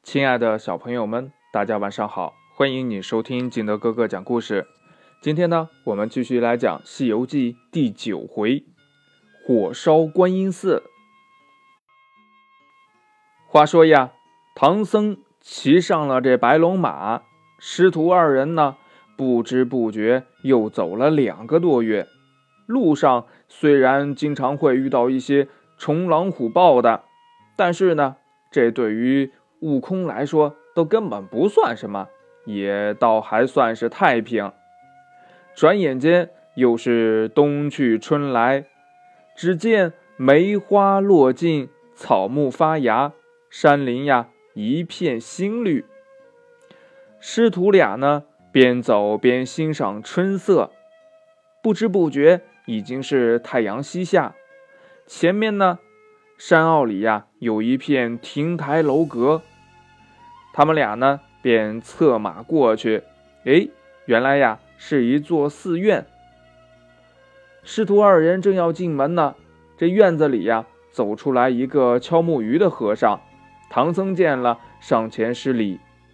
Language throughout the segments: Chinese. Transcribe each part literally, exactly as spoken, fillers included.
亲爱的小朋友们，大家晚上好，欢迎你收听景德哥哥讲故事。今天呢，我们继续来讲《西游记》第九回火烧观音寺。话说呀，唐僧骑上了这白龙马，师徒二人呢，不知不觉又走了两个多月。路上虽然经常会遇到一些虫狼虎豹的，但是呢，这对于悟空来说都根本不算什么，也倒还算是太平。转眼间又是冬去春来，只见梅花落尽，草木发芽，山林呀一片新绿。师徒俩呢边走边欣赏春色，不知不觉已经是太阳西下。前面呢山坳里呀有一片亭台楼阁，他们俩呢便策马过去。诶，原来呀是一座寺院。师徒二人正要进门呢，这院子里呀走出来一个敲木鱼的和尚。唐僧见了，上前施礼：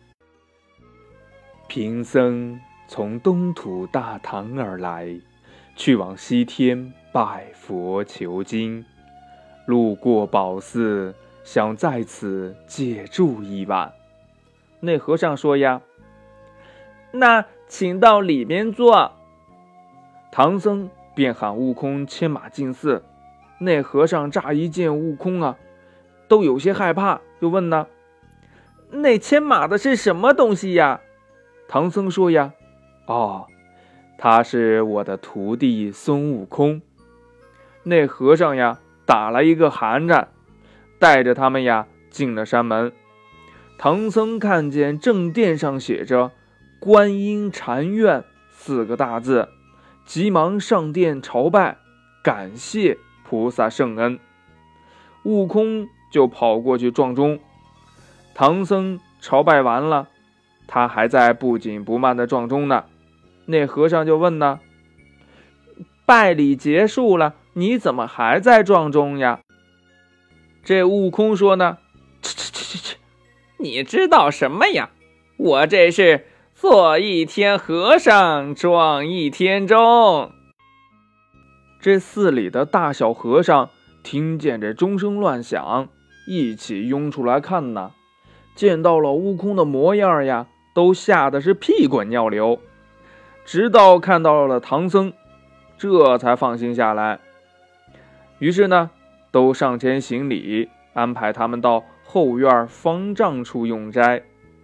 贫僧从东土大唐而来，去往西天拜佛求经，路过宝寺，想在此借住一晚。那和尚说呀：那请到里面坐。唐僧便喊悟空牵马进寺。那和尚乍一见悟空啊，都有些害怕，就问呢：那牵马的是什么东西呀？唐僧说呀：哦，他是我的徒弟孙悟空。那和尚呀打了一个寒战，带着他们呀进了山门。唐僧看见正殿上写着观音禅院四个大字，急忙上殿朝拜，感谢菩萨圣恩。悟空就跑过去撞钟。唐僧朝拜完了，他还在不紧不慢的撞钟呢。那和尚就问呢：拜礼结束了，你怎么还在撞钟呀？这悟空说呢：切切切切切，你知道什么呀？我这是做一天和尚撞一天钟。这寺里的大小和尚听见这钟声乱响，一起拥出来看呢。见到了悟空的模样呀，都吓得是屁滚尿流。直到看到了唐僧，这才放心下来。于是呢，都上前行礼，安排他们到后院方丈处用斋。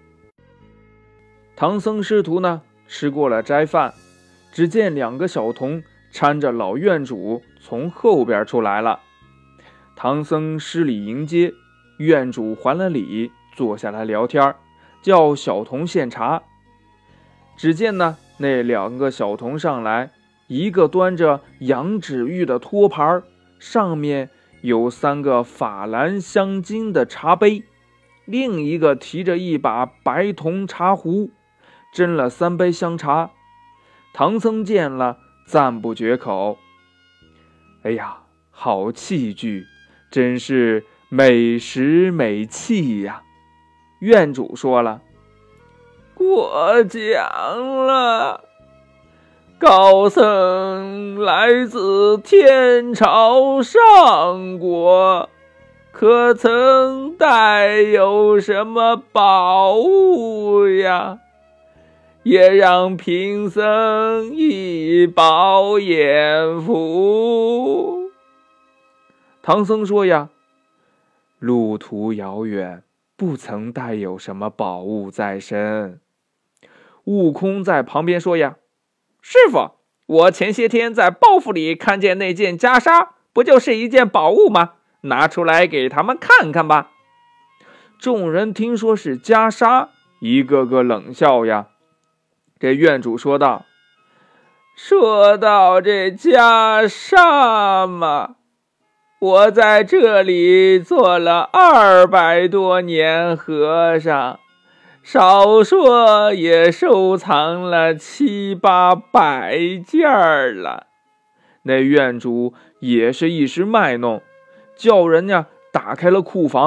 唐僧师徒呢吃过了斋饭，只见两个小童搀着老院主从后边出来了。唐僧施礼迎接，院主还了礼，坐下来聊天，叫小童献茶。只见呢那两个小童上来，一个端着羊脂玉的托盘，上面有三个法兰香金的茶杯，另一个提着一把白铜茶壶，斟了三杯香茶。唐僧见了赞不绝口：哎呀，好器具，真是美食美器呀。院主说了：过奖了，高僧来自天朝上国，可曾带有什么宝物呀？也让贫僧一饱眼福。唐僧说呀：路途遥远，不曾带有什么宝物在身。悟空在旁边说呀：师傅，我前些天在包袱里看见那件袈裟，不就是一件宝物吗？拿出来给他们看看吧。众人听说是袈裟，一个个冷笑呀。这院主说道：说到这袈裟嘛，我在这里做了二百多年和尚，少说也收藏了七八百件了。那院主也是一时卖弄，叫人呀打开了库房，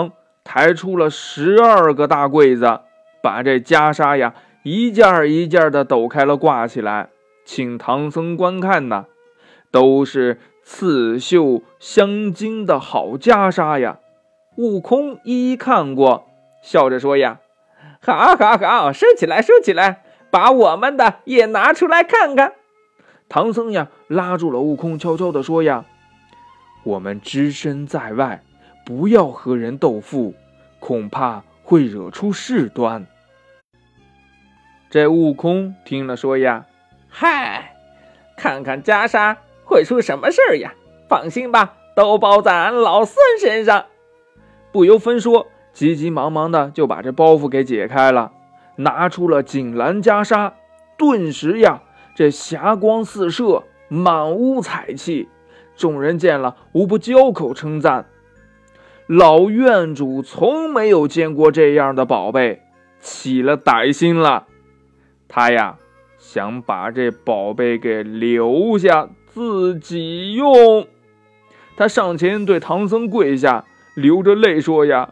抬出了十二个大柜子，把这袈裟呀一件一件的抖开了挂起来，请唐僧观看呐，都是刺绣镶金的好袈裟呀。悟空一一看过，笑着说呀：好好好，收起来收起来，把我们的也拿出来看看。唐僧呀拉住了悟空，悄悄地说呀：我们只身在外，不要和人斗富，恐怕会惹出事端。这悟空听了说呀：嗨，看看袈裟会出什么事儿呀？放心吧，都包在俺老孙身上。不由分说，急急忙忙的就把这包袱给解开了，拿出了锦蓝袈裟，顿时呀这霞光四射，满屋彩气，众人见了无不交口称赞。老院主从没有见过这样的宝贝，起了歹心了。他呀想把这宝贝给留下自己用。他上前对唐僧跪下，流着泪说呀：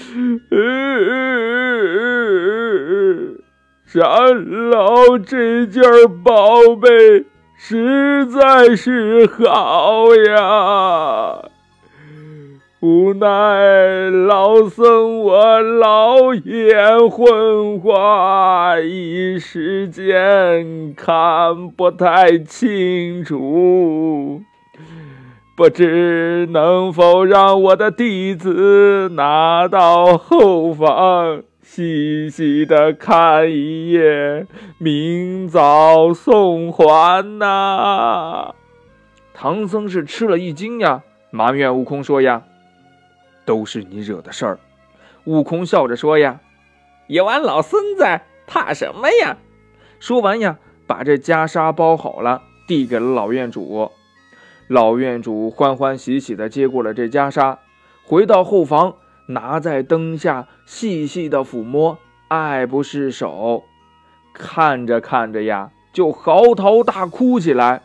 长老，这件宝贝实在是好呀，无奈老僧我老眼昏花，一时间看不太清楚，不知能否让我的弟子拿到后房细细的看一眼，明早送还呐。唐僧是吃了一惊呀，埋怨悟空说呀：都是你惹的事儿。悟空笑着说呀：有俺老孙在，怕什么呀？说完呀，把这袈裟包好了，递给了老院主。老院主欢欢喜喜地接过了这袈裟，回到后房，拿在灯下细细的抚摸，爱不释手。看着看着呀，就嚎啕大哭起来。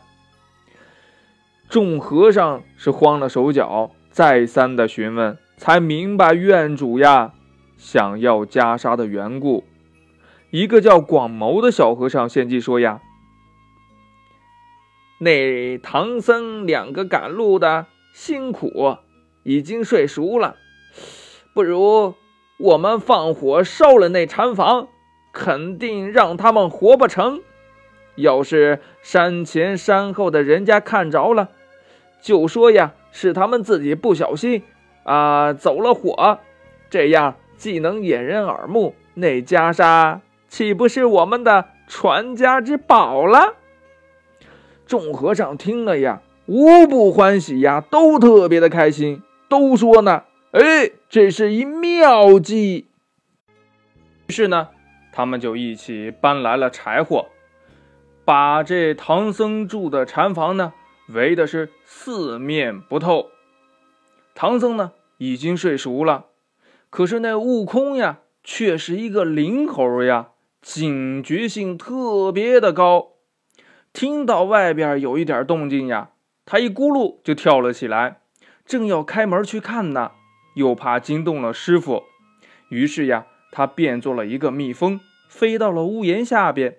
众和尚是慌了手脚，再三的询问，才明白院主呀想要袈裟的缘故。一个叫广谋的小和尚献计说呀：那唐僧两个赶路的辛苦，已经睡熟了，不如我们放火烧了那禅房，肯定让他们活不成。要是山前山后的人家看着了，就说呀是他们自己不小心啊、呃、走了火，这样既能掩人耳目，那袈裟岂不是我们的传家之宝了？众和尚听了呀，无不欢喜呀，都特别的开心，都说呢：哎，这是一妙计。于是呢，他们就一起搬来了柴火，把这唐僧住的禅房呢围的是四面不透。唐僧呢已经睡熟了，可是那悟空呀却是一个灵猴呀，警觉性特别的高。听到外边有一点动静呀，他一咕噜就跳了起来，正要开门去看呢，又怕惊动了师傅，于是呀他变做了一个蜜蜂，飞到了屋檐下边。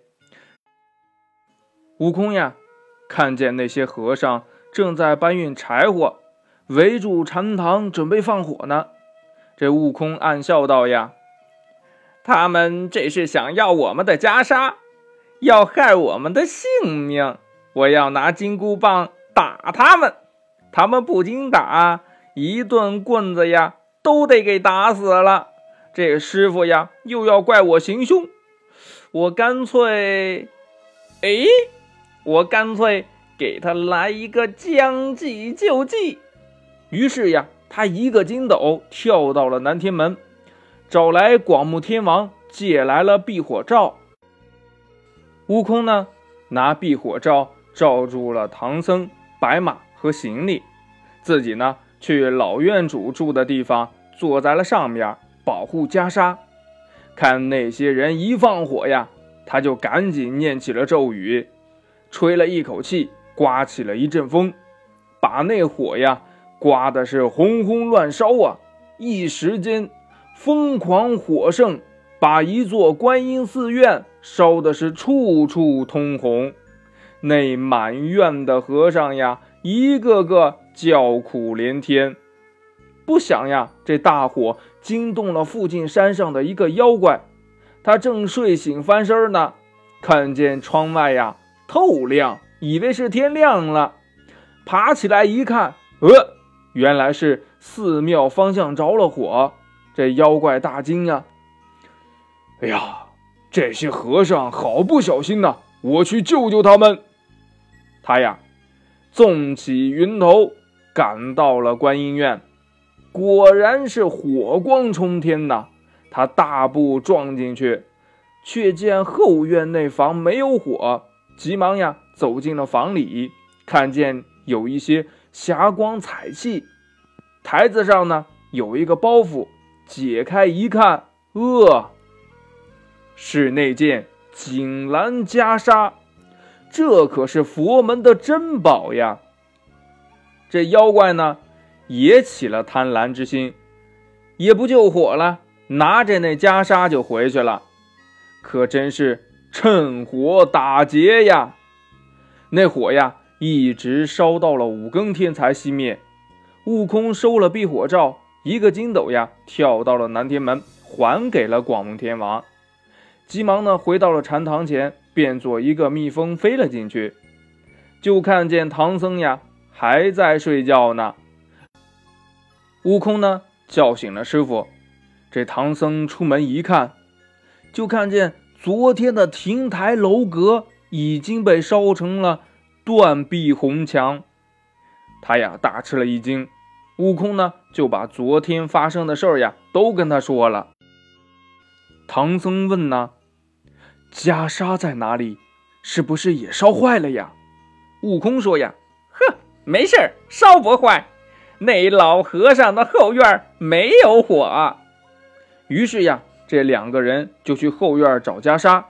悟空呀看见那些和尚正在搬运柴火，围住禅堂准备放火呢。这悟空暗笑道呀：他们这是想要我们的袈裟，要害我们的性命，我要拿金箍棒打他们。他们不经打，一顿棍子呀都得给打死了。这师傅呀又要怪我行凶，我干脆哎我干脆给他来一个将计就计。于是呀他一个筋斗跳到了南天门，找来广目天王借来了避火罩。悟空呢拿避火罩罩住了唐僧、白马和行李，自己呢去老院主住的地方坐在了上面保护袈裟。看那些人一放火呀，他就赶紧念起了咒语，吹了一口气，刮起了一阵风，把那火呀刮的是轰轰乱烧啊！一时间疯狂火盛，把一座观音寺院烧的是处处通红。那满院的和尚呀，一个个叫苦连天。不想呀，这大火惊动了附近山上的一个妖怪，他正睡醒翻身呢，看见窗外呀透亮，以为是天亮了，爬起来一看，呃，原来是寺庙方向着了火。这妖怪大惊呀，哎呀，这些和尚好不小心呐，我去救救他们。他呀纵起云头赶到了观音院，果然是火光冲天呐。他大步撞进去，却见后院内房没有火，急忙呀走进了房里，看见有一些霞光彩气，台子上呢有一个包袱，解开一看，呃，是那件锦兰袈裟，这可是佛门的珍宝呀。这妖怪呢也起了贪婪之心，也不救火了，拿着那袈裟就回去了。可真是趁火打劫呀！那火呀一直烧到了五更天才熄灭。悟空收了避火罩，一个筋斗呀跳到了南天门，还给了广目天王。急忙呢回到了禅堂前，变作一个蜜蜂飞了进去，就看见唐僧呀还在睡觉呢。悟空呢叫醒了师傅，这唐僧出门一看，就看见昨天的亭台楼阁已经被烧成了断壁红墙。他呀大吃了一惊，悟空呢就把昨天发生的事儿呀都跟他说了。唐僧问呢，袈裟在哪里？是不是也烧坏了呀？悟空说呀，呵，没事，烧不坏，那老和尚的后院没有火。于是呀这两个人就去后院找袈裟。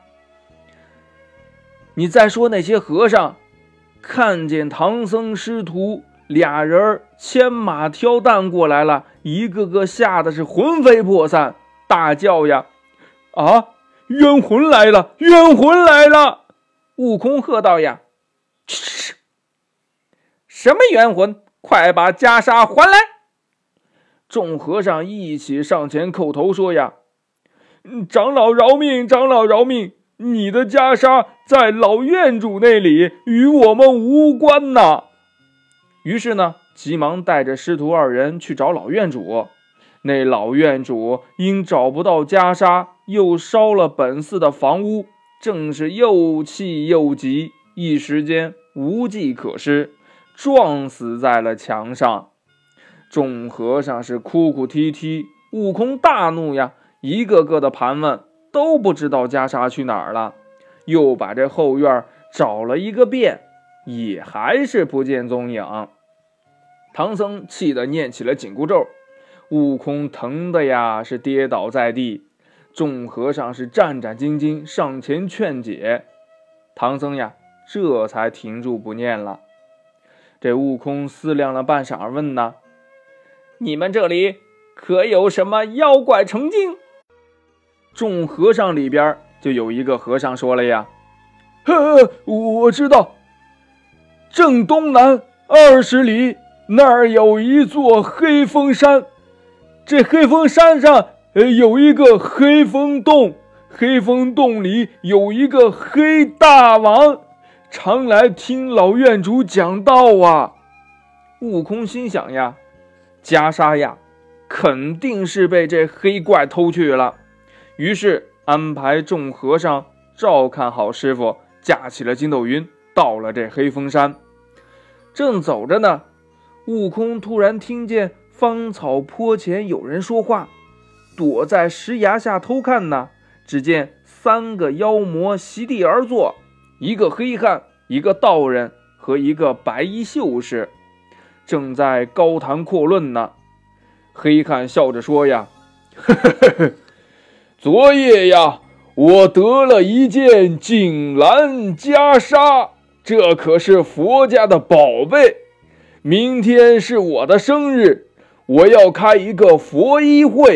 你再说那些和尚看见唐僧师徒俩人牵马挑担过来了，一个个吓得是魂飞魄散，大叫呀，啊，冤魂来了，冤魂来了！悟空喝道呀，嘘，什么冤魂？快把袈裟还来！众和尚一起上前叩头说呀，长老饶命，长老饶命，你的袈裟在老院主那里，与我们无关呐。于是呢急忙带着师徒二人去找老院主。那老院主因找不到袈裟，又烧了本寺的房屋，正是又气又急，一时间无计可施，撞死在了墙上。众和尚是哭哭啼啼，悟空大怒呀，一个个的盘问，都不知道袈裟去哪儿了，又把这后院找了一个遍，也还是不见踪影。唐僧气得念起了紧箍咒，悟空疼的呀是跌倒在地，众和尚是战战兢兢上前劝解，唐僧呀这才停住不念了。这悟空思量了半晌，问呢，你们这里可有什么妖怪成精？众和尚里边就有一个和尚说了呀，呵，我知道，正东南二十里那儿有一座黑风山，这黑风山上有一个黑风洞，黑风洞里有一个黑大王，常来听老院主讲道啊。悟空心想呀，袈裟呀肯定是被这黑怪偷去了，于是安排众和尚照看好师傅，架起了筋斗云，到了这黑风山。正走着呢，悟空突然听见芳草坡前有人说话，躲在石崖下偷看呢。只见三个妖魔席地而坐，一个黑汉，一个道人和一个白衣秀士，正在高谈阔论呢。黑汉笑着说呀，呵呵呵呵，昨夜呀我得了一件锦兰袈裟，这可是佛家的宝贝，明天是我的生日，我要开一个佛衣会，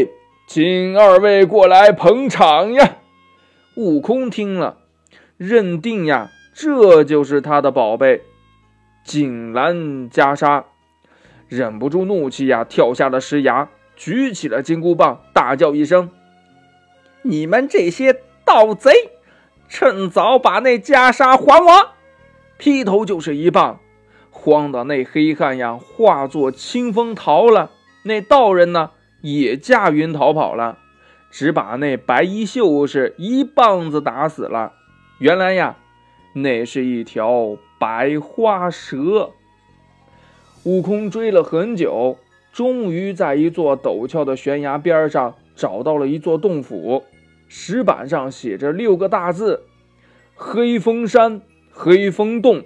请二位过来捧场呀。悟空听了，认定呀，这就是他的宝贝锦兰袈裟，忍不住怒气呀，跳下了石崖，举起了金箍棒，大叫一声：你们这些盗贼，趁早把那袈裟还我！劈头就是一棒，慌的那黑汉呀化作清风逃了，那道人呢也驾云逃跑了，只把那白衣秀士一棒子打死了。原来呀，那是一条白花蛇。悟空追了很久，终于在一座陡峭的悬崖边上找到了一座洞府，石板上写着六个大字：黑风山黑风洞。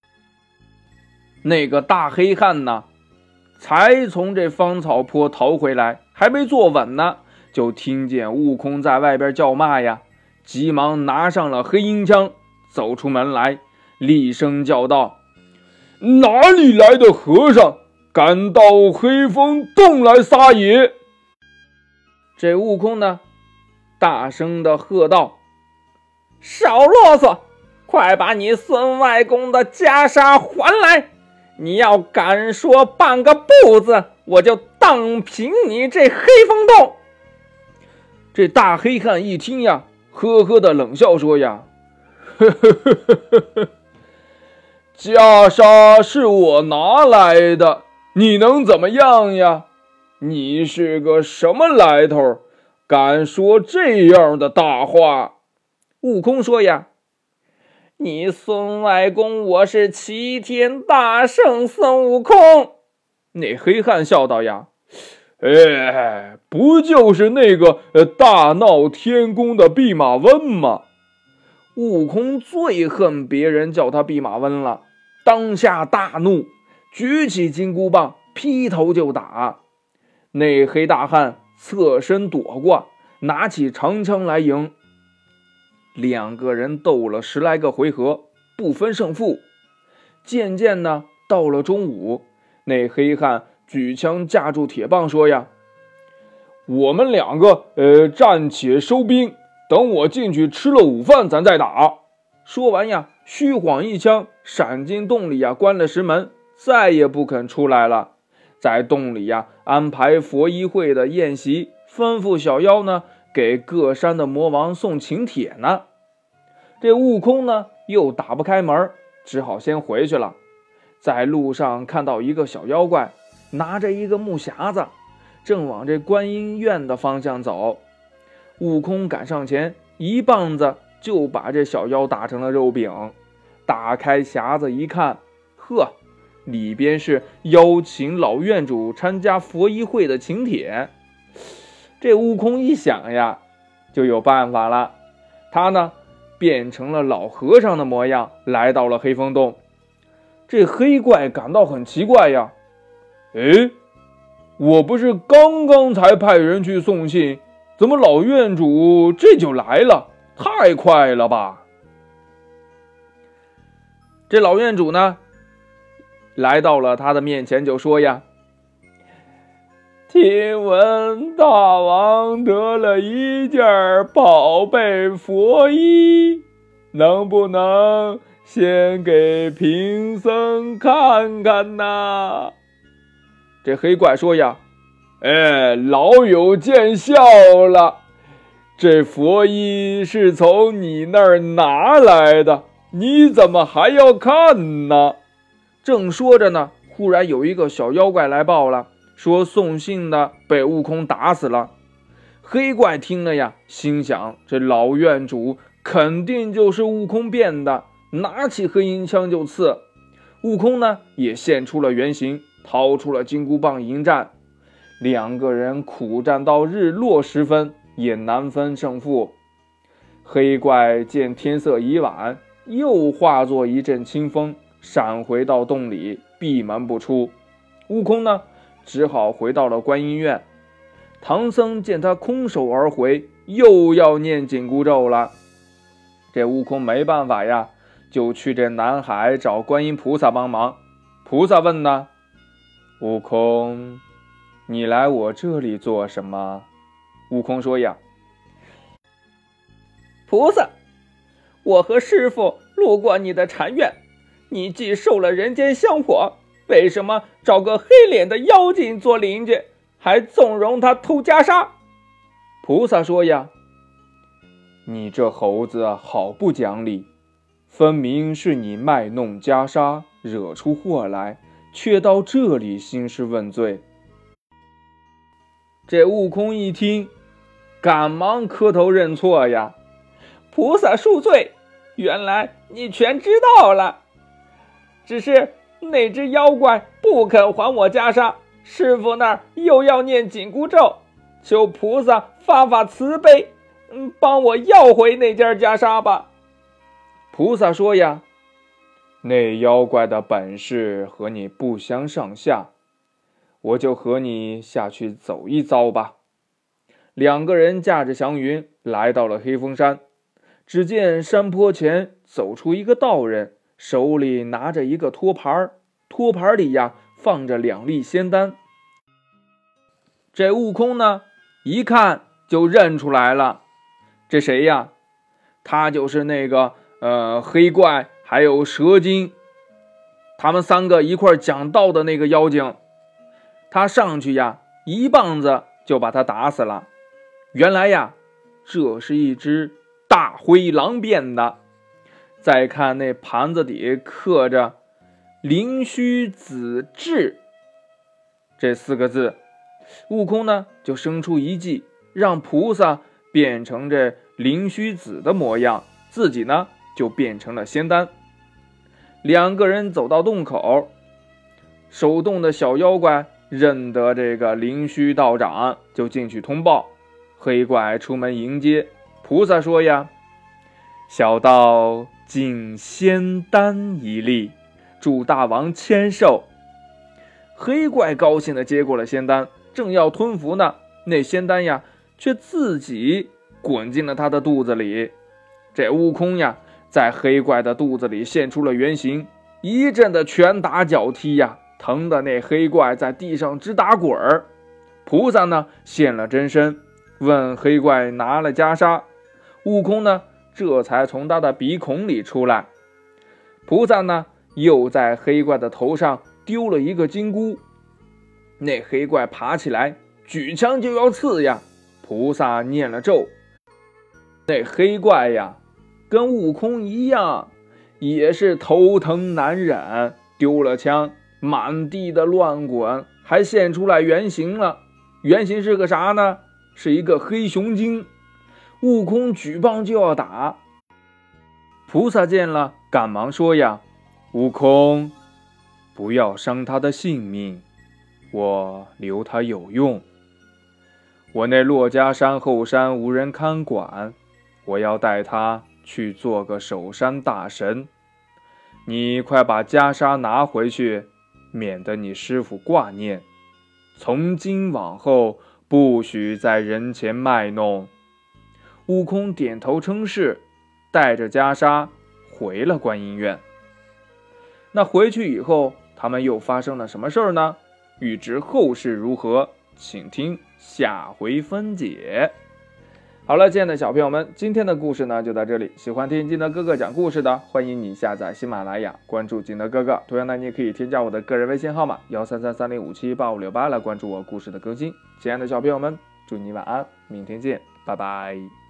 那个大黑汉呢，才从这芳草坡逃回来，还没坐稳呢，就听见悟空在外边叫骂呀，急忙拿上了黑鹰枪，走出门来，厉声叫道：哪里来的和尚，敢到黑风洞来撒野？这悟空呢，大声的喝道：少啰嗦，快把你孙外公的袈裟还来！你要敢说半个不字，我就荡平你这黑风洞！这大黑汉一听呀，呵呵的冷笑说呀：呵呵呵呵呵，袈裟是我拿来的，你能怎么样呀？你是个什么来头，敢说这样的大话？悟空说呀：你孙外公我是齐天大圣孙悟空。那黑汉笑道呀：哎，不就是那个呃大闹天宫的弼马温吗？悟空最恨别人叫他弼马温了，当下大怒，举起金箍棒劈头就打。那黑大汉侧身躲过，拿起长枪来迎。两个人斗了十来个回合，不分胜负。渐渐呢，到了中午，那黑汉举枪架住铁棒说呀：我们两个呃暂且收兵，等我进去吃了午饭咱再打。说完呀，虚晃一枪，闪进洞里呀，关了石门，再也不肯出来了。在洞里呀，安排佛衣会的宴席，吩咐小妖呢给各山的魔王送请帖呢。这悟空呢又打不开门，只好先回去了。在路上看到一个小妖怪，拿着一个木匣子，正往这观音院的方向走。悟空赶上前，一棒子就把这小妖打成了肉饼。打开匣子一看，呵，里边是邀请老院主参加佛衣会的请帖。这悟空一想呀，就有办法了。他呢变成了老和尚的模样，来到了黑风洞。这黑怪感到很奇怪呀，诶，我不是刚刚才派人去送信，怎么老院主这就来了？太快了吧！这老院主呢来到了他的面前，就说呀：听闻大王得了一件宝贝佛衣，能不能先给贫僧看看呢？这黑怪说呀：哎，老友见笑了，这佛衣是从你那儿拿来的，你怎么还要看呢？正说着呢，忽然有一个小妖怪来报了，说送信的被悟空打死了。黑怪听了呀，心想这老院主肯定就是悟空变的，拿起黑鹰枪就刺。悟空呢也现出了原形，掏出了金箍棒迎战。两个人苦战到日落时分，也难分胜负。黑怪见天色已晚，又化作一阵清风，闪回到洞里，闭门不出。悟空呢只好回到了观音院。唐僧见他空手而回，又要念紧箍咒了。这悟空没办法呀，就去这南海找观音菩萨帮忙。菩萨问呢：悟空，你来我这里做什么？ 悟空说呀： 菩萨，我和师父路过你的禅院，你既受了人间香火，为什么找个黑脸的妖精做邻居，还纵容他偷袈裟？ 菩萨说呀：你这猴子好不讲理，分明是你卖弄袈裟惹出祸来，却到这里兴师问罪。这悟空一听，赶忙磕头认错呀： 菩萨恕罪，原来你全知道了，只是那只妖怪不肯还我袈裟，师父那儿又要念紧箍咒，求菩萨发发慈悲，嗯，帮我要回那件袈裟吧。 菩萨说呀：那妖怪的本事和你不相上下，我就和你下去走一遭吧。两个人驾着祥云来到了黑风山，只见山坡前走出一个道人，手里拿着一个托盘，托盘里呀放着两粒仙丹。这悟空呢，一看就认出来了，这谁呀？他就是那个呃黑怪还有蛇精，他们三个一块讲道的那个妖精。他上去呀，一棒子就把他打死了。原来呀，这是一只大灰狼变的。再看那盘子底刻着灵虚子至这四个字，悟空呢就生出一计，让菩萨变成这灵虚子的模样，自己呢就变成了仙丹。两个人走到洞口，手动的小妖怪认得这个灵虚道长，就进去通报。黑怪出门迎接，菩萨说呀：小道敬仙丹一粒，祝大王千寿。黑怪高兴地接过了仙丹，正要吞服呢，那仙丹呀却自己滚进了他的肚子里。这悟空呀在黑怪的肚子里现出了原形，一阵的拳打脚踢呀，疼的那黑怪在地上直打滚儿。菩萨呢现了真身，问黑怪拿了袈裟，悟空呢这才从他的鼻孔里出来。菩萨呢又在黑怪的头上丢了一个金箍，那黑怪爬起来举枪就要刺呀，菩萨念了咒，那黑怪呀跟悟空一样，也是头疼难忍，丢了枪满地的乱滚，还现出来原形了。原形是个啥呢？是一个黑熊精。悟空举棒就要打，菩萨见了赶忙说呀：悟空，不要伤他的性命，我留他有用。我那珞珈山后山无人看管，我要带他去做个守山大神。你快把袈裟拿回去，免得你师父挂念。从今往后不许在人前卖弄。悟空点头称是，带着袈裟回了观音院。那回去以后，他们又发生了什么事儿呢？欲知后事如何，请听下回分解。好了，亲爱的小朋友们，今天的故事呢就到这里。喜欢听金德哥哥讲故事的，欢迎你下载喜马拉雅，关注金德哥哥。同样呢，你也可以添加我的个人微信号码幺三三三零五七八五六八来关注我故事的更新。亲爱的小朋友们，祝你晚安，明天见，拜拜。